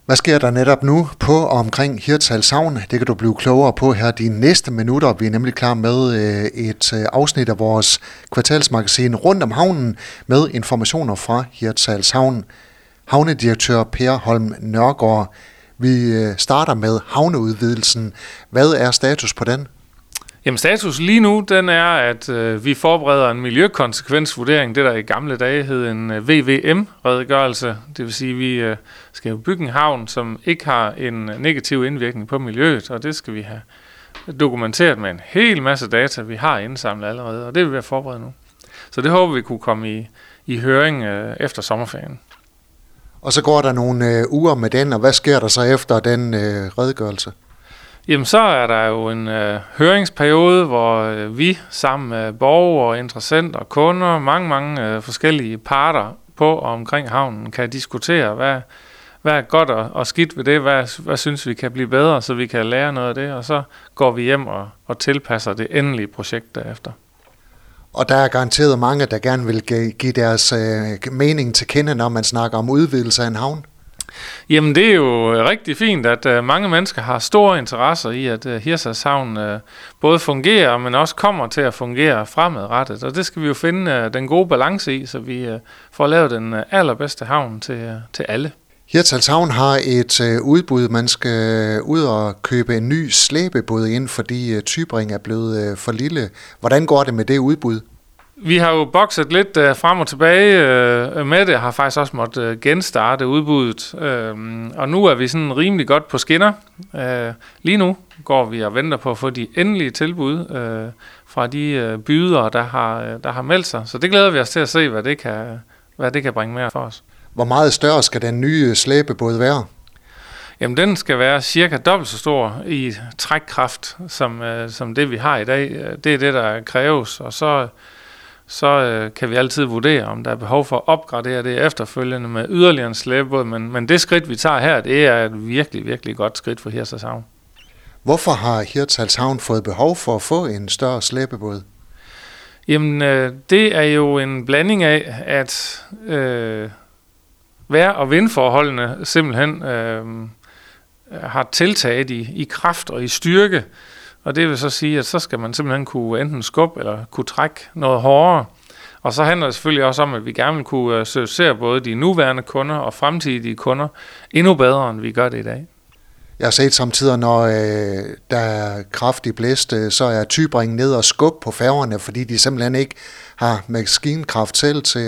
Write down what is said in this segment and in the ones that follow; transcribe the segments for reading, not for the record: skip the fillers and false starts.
Hvad sker der netop nu på og omkring Hirtshals Havn? Det kan du blive klogere på her de næste minutter. Vi er nemlig klar med et afsnit af vores kvartalsmagasin Rundt om havnen med informationer fra Hirtshals Havn. Havnedirektør Per Holm Nørgaard. Vi starter med havneudvidelsen. Hvad er status på den? Jamen status lige nu, den er, at vi forbereder en miljøkonsekvensvurdering, det der i gamle dage hed en VVM-redegørelse. Det vil sige, at vi skal jo bygge en havn, som ikke har en negativ indvirkning på miljøet, og det skal vi have dokumenteret med en hel masse data, vi har indsamlet allerede, og det vil vi have forberedt nu. Så det håber vi kunne komme i høring efter sommerferien. Og så går der nogle uger med den, og hvad sker der så efter den redegørelse? Jamen så er der jo en høringsperiode, hvor vi sammen med borgere, interessenter og kunder, mange forskellige parter på og omkring havnen kan diskutere, hvad er godt og skidt ved det, hvad synes vi kan blive bedre, så vi kan lære noget af det, og så går vi hjem og tilpasser det endelige projekt derefter. Og der er garanteret mange, der gerne vil give deres mening til kende, når man snakker om udvidelse af en havn. Jamen det er jo rigtig fint, at mange mennesker har store interesser i, at Hirtshals Havn både fungerer, men også kommer til at fungere fremadrettet. Og det skal vi jo finde den gode balance i, så vi får lavet den allerbedste havn til alle. Hirtshals Havn har et udbud. Man skal ud og købe en ny slæbebåd ind, fordi Tybring er blevet for lille. Hvordan går det med det udbud? Vi har jo bokset lidt frem og tilbage med det, har faktisk også måttet genstarte udbuddet, og nu er vi sådan rimelig godt på skinner. Lige nu går vi og venter på at få de endelige tilbud fra de bydere, der har meldt sig, så det glæder vi os til at se, hvad det kan bringe med for os. Hvor meget større skal den nye slæbebåd være? Jamen den skal være cirka dobbelt så stor i trækkraft, som det vi har i dag. Det er det, der kræves, og så kan vi altid vurdere, om der er behov for at opgradere det efterfølgende med yderligere en slæbebåd. Men det skridt, vi tager her, det er et virkelig, virkelig godt skridt for Hirtshals Havn. Hvorfor har Hirtshals Havn fået behov for at få en større slæbebåd? Jamen, det er jo en blanding af, at vejr- og vindforholdene simpelthen har tiltaget i kraft og i styrke. Og det vil så sige, at så skal man simpelthen kunne enten skubbe eller kunne trække noget hårdere. Og så handler det selvfølgelig også om, at vi gerne vil kunne servicere både de nuværende kunder og fremtidige kunder endnu bedre, end vi gør det i dag. Jeg har set samtidig, når der er kraftig blæst, så er Tybring ned og skubbe på færgerne, fordi de simpelthen ikke har maskinkraft selv til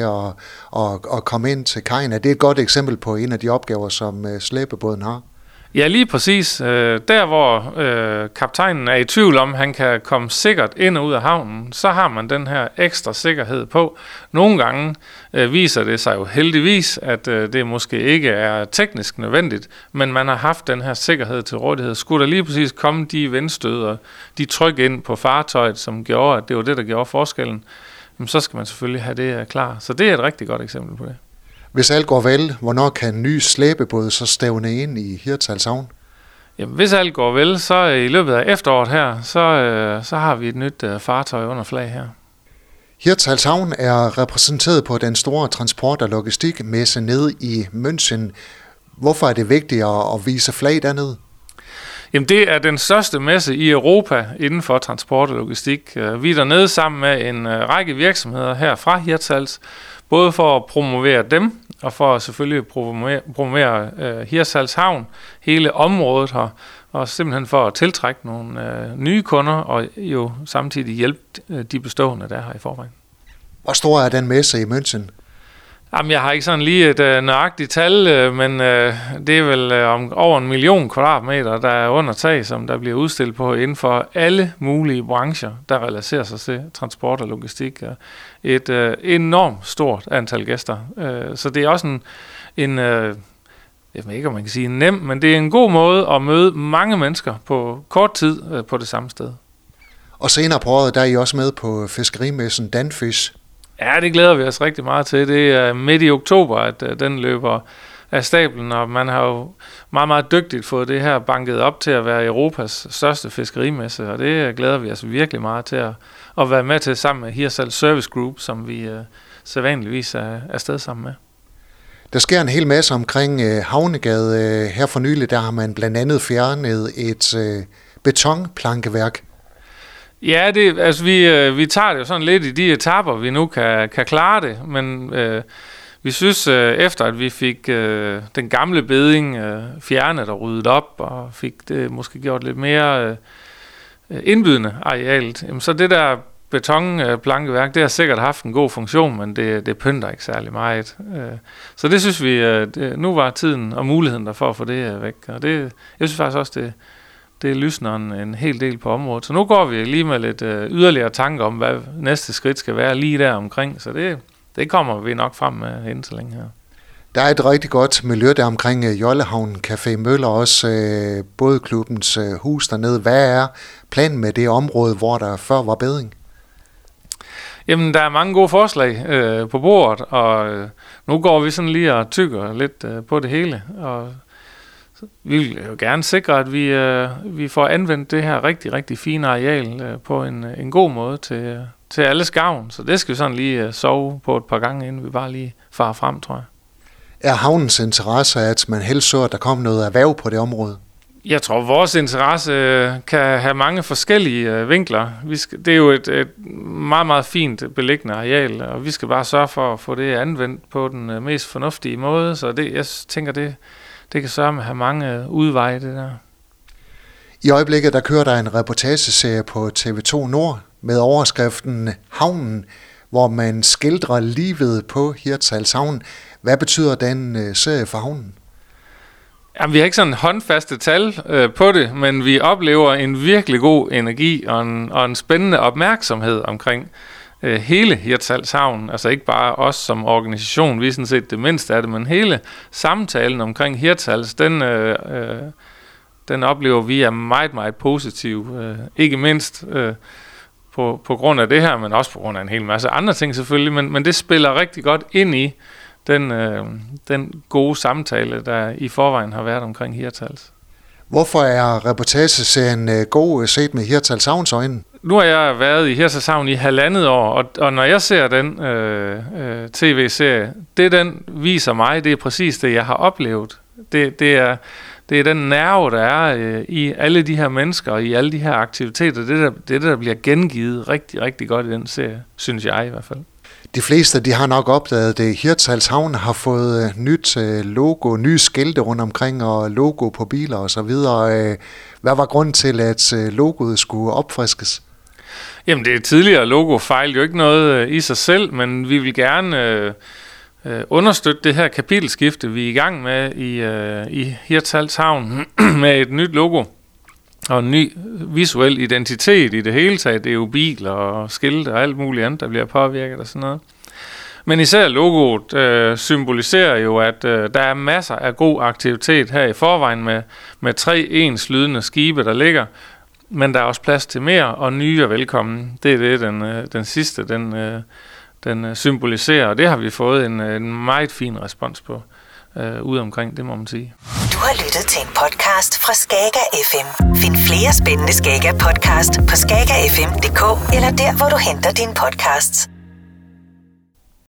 at komme ind til kajen. Det er et godt eksempel på en af de opgaver, som slæbebåden har. Ja, lige præcis. Der hvor kaptajnen er i tvivl om, han kan komme sikkert ind og ud af havnen, så har man den her ekstra sikkerhed på. Nogle gange viser det sig jo heldigvis, at det måske ikke er teknisk nødvendigt, men man har haft den her sikkerhed til rådighed. Skulle der lige præcis komme de vindstød og de tryk ind på fartøjet, som gjorde, at det var det, der gjorde forskellen, så skal man selvfølgelig have det klar. Så det er et rigtig godt eksempel på det. Hvis alt går vel, hvornår kan en ny slæbebåd så stævne ind i Hirtshals Havn? Jamen, hvis alt går vel, så i løbet af efteråret her, så har vi et nyt fartøj under flag her. Hirtshals Havn er repræsenteret på den store transport- og logistikmesse nede i München. Hvorfor er det vigtigt at vise flag dernede? Jamen, det er den største messe i Europa inden for transport og logistik. Vi er dernede sammen med en række virksomheder her fra Hirtshals, både for at promovere dem, og for at selvfølgelig promovere Hirtshals Havn, hele området her, og simpelthen for at tiltrække nogle nye kunder, og jo samtidig hjælpe de bestående, der her i forvejen. Hvor stor er den messe i München? Jamen, jeg har ikke sådan lige et nøjagtigt tal, men det er vel om over 1 million kvadratmeter, der er under tag, som der bliver udstillet på inden for alle mulige brancher, der relaterer sig til transport og logistik. Et enormt stort antal gæster. Så det er også en jeg ved ikke, om man kan sige nem, men det er en god måde at møde mange mennesker på kort tid på det samme sted. Og senere på året, der er I også med på fiskerimessen Danfish. Ja, det glæder vi os rigtig meget til. Det er midt i oktober, at den løber af stablen, og man har jo meget, meget dygtigt fået det her banket op til at være Europas største fiskerimesse, og det glæder vi os virkelig meget til at være med til sammen med Hirtshals Service Group, som vi sædvanligvis er afsted sammen med. Der sker en hel masse omkring Havnegade. Her for nylig, der har man blandt andet fjernet et betonplankeværk. Ja, vi tager det jo sådan lidt i de etaper, vi nu kan klare det, men vi synes, efter at vi fik den gamle bedding fjernet og ryddet op, og fik det måske gjort lidt mere indbydende arealet, så det der betonplankeværk, det har sikkert haft en god funktion, men det pynter ikke særlig meget. Så det synes vi, nu var tiden og muligheden der for at få det væk. Og jeg synes faktisk også, det lysner en hel del på området. Så nu går vi lige med lidt yderligere tanker om, hvad næste skridt skal være lige der omkring. Så det kommer vi nok frem med inden så længe her. Der er et rigtig godt miljø der omkring Jollehavn Café Møller, også bådklubbens hus dernede. Hvad er planen med det område, hvor der før var bedding? Jamen, der er mange gode forslag på bordet, og nu går vi sådan lige og tykker lidt på det hele. Og vi vil jo gerne sikre, at vi får anvendt det her rigtig, rigtig fine areal på en god måde til alles gavn. Så det skal vi sådan lige sove på et par gange, inden vi bare lige farer frem, tror jeg. Er havnens interesse, at man helst så, at der kom noget erhverv på det område? Jeg tror, vores interesse kan have mange forskellige vinkler. Det er jo et meget, meget fint beliggende areal, og vi skal bare sørge for at få det anvendt på den mest fornuftige måde. Så jeg tænker, det kan sørge med at have mange udveje, det der. I øjeblikket, der kører der en reportageserie på TV2 Nord med overskriften Havnen, hvor man skildrer livet på Hirtshals Havn. Hvad betyder den serie for havnen? Jamen, vi har ikke sådan håndfaste tal på det, men vi oplever en virkelig god energi og en spændende opmærksomhed omkring hele Hirtshals Havn. Altså ikke bare os som organisation, vi er sådan set det mindste af det, men hele samtalen omkring Hirtshals, den oplever vi er meget, meget positiv. Ikke mindst på grund af det her, men også på grund af en hel masse andre ting selvfølgelig, men det spiller rigtig godt ind i den gode samtale, der i forvejen har været omkring Hirtshals. Hvorfor er reportageserien god set med Hirtshals Havns øjne? Nu har jeg været i Hirtshals Havn i 1,5 år, og når jeg ser den tv-serie, det den viser mig, det er præcis det, jeg har oplevet. Det er den nerve, der er i alle de her mennesker og i alle de her aktiviteter. Det der bliver gengivet rigtig, rigtig godt i den serie, synes jeg i hvert fald. De fleste, de har nok opdaget det. Hirtshals Havn har fået nyt logo, nye skilte rundt omkring og logo på biler og så videre. Hvad var grunden til, at logoet skulle opfriskes? Jamen, det tidligere logo fejlede jo ikke noget i sig selv, men vi vil gerne understøtte det her kapitelskifte, vi er i gang med i Hirtshals Havn med et nyt logo og en ny visuel identitet i det hele taget. Det er jo biler og skilte og alt muligt andet, der bliver påvirket og sådan noget. Men især logoet symboliserer jo, at der er masser af god aktivitet her i forvejen med 3 enslydende skibe, der ligger. Men der er også plads til mere og nye og velkommen. Det er det, den sidste, den symboliserer, og det har vi fået en meget fin respons på ude omkring, det må man sige. Du har lyttet til en podcast fra Skager FM. Find flere spændende Skager podcast på skagerfm.dk eller der, hvor du henter dine podcasts.